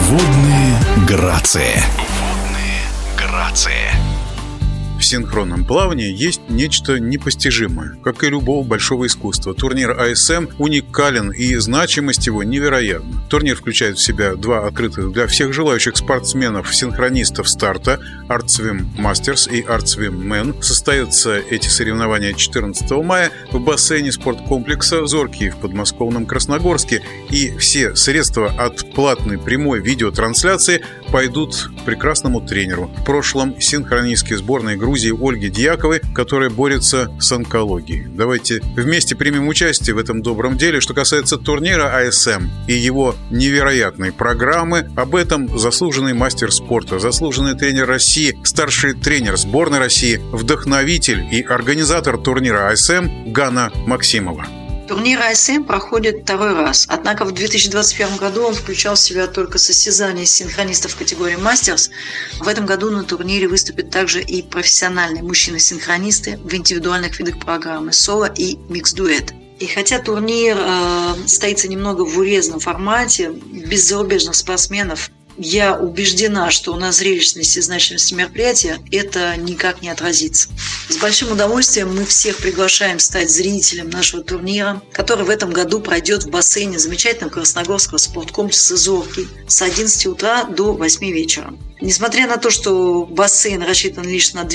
Водные грации. Водные грации. В синхронном плавании есть нечто непостижимое. Как и любого большого искусства, турнир АСМ уникален, и значимость его невероятна. Турнир включает в себя два открытых для всех желающих спортсменов-синхронистов старта Art Swim Masters и Art Swim Men. Состоятся эти соревнования 14 мая в бассейне спорткомплекса «Зоркий» в подмосковном Красногорске, и все средства от платной прямой видеотрансляции пойдут прекрасному тренеру, в прошлом синхронистке сборной Грузии Ольге Дьяковой, которая борется с онкологией. Давайте вместе примем участие в этом добром деле. Что касается турнира АСМ и его невероятной программы, об этом заслуженный мастер спорта, заслуженный тренер России, старший тренер сборной России, вдохновитель и организатор турнира АСМ Ганна Максимова. Турнир АСМ проходит второй раз, однако в 2021 году он включал в себя только состязания синхронистов в категории «Мастерс». В этом году на турнире выступят также и профессиональные мужчины-синхронисты в индивидуальных видах программы «Соло» и «Микс-дуэт». И хотя турнир состоится немного в урезанном формате, без зарубежных спортсменов, я убеждена, что на зрелищности и значимости мероприятия это никак не отразится. С большим удовольствием мы всех приглашаем стать зрителем нашего турнира, который в этом году пройдет в бассейне замечательного красногорского спорткомплекса «Зоркий» с 11 утра до 8 вечера. Несмотря на то, что бассейн рассчитан лишь на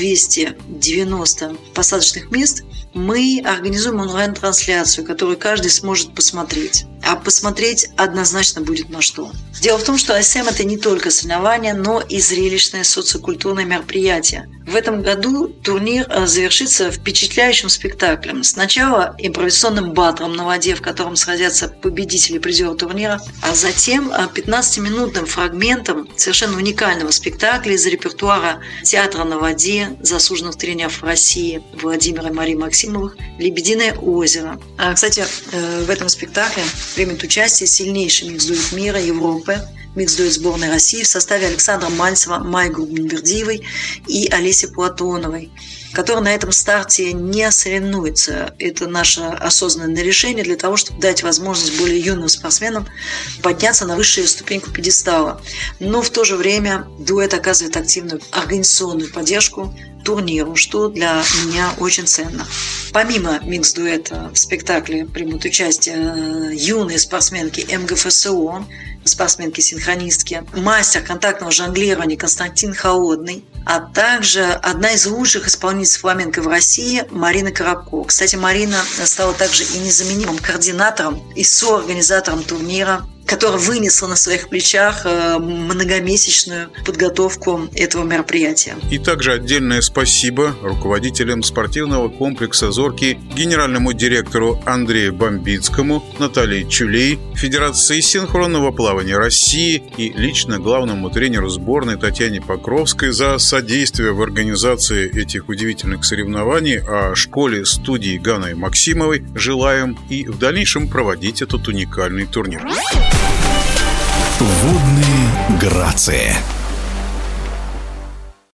290 посадочных мест, мы организуем онлайн-трансляцию, которую каждый сможет посмотреть. А посмотреть однозначно будет на что. Дело в том, что АСМ – это не только соревнования, но и зрелищное социокультурное мероприятие. В этом году турнир завершится впечатляющим спектаклем. Сначала импровизационным батлом на воде, в котором сразятся победители и призеры турнира, а затем 15-минутным фрагментом совершенно уникального спектакля из репертуара театра на воде заслуженных тренеров России Владимира и Марии Максимовых «Лебединое озеро». Кстати, в этом спектакле примет участие сильнейший микс-дуэт мира, Европы, микс-дуэт сборной России в составе Александра Мальцева, Майи Губенбердиевой и Олеси Платоновой, которые на этом старте не соревнуются. Это наше осознанное решение для того, чтобы дать возможность более юным спортсменам подняться на высшую ступеньку пьедестала. Но в то же время дуэт оказывает активную организационную поддержку турниру, что для меня очень ценно. Помимо микс-дуэта в спектакле примут участие юные спортсменки МГФСО, спортсменки-синхронистки, мастер контактного жонглирования Константин Холодный, а также одна из лучших исполнительниц фламенко в России Марина Коробко. Кстати, Марина стала также и незаменимым координатором и соорганизатором турнира, которая вынесла на своих плечах многомесячную подготовку этого мероприятия. И также отдельное спасибо руководителям спортивного комплекса «Зоркий», генеральному директору Андрею Бомбицкому, Наталье Чулей, Федерации синхронного плавания России и лично главному тренеру сборной Татьяне Покровской за содействие в организации этих удивительных соревнований, а школе-студии Ганны Максимовой желаем и в дальнейшем проводить этот уникальный турнир. Водные грации.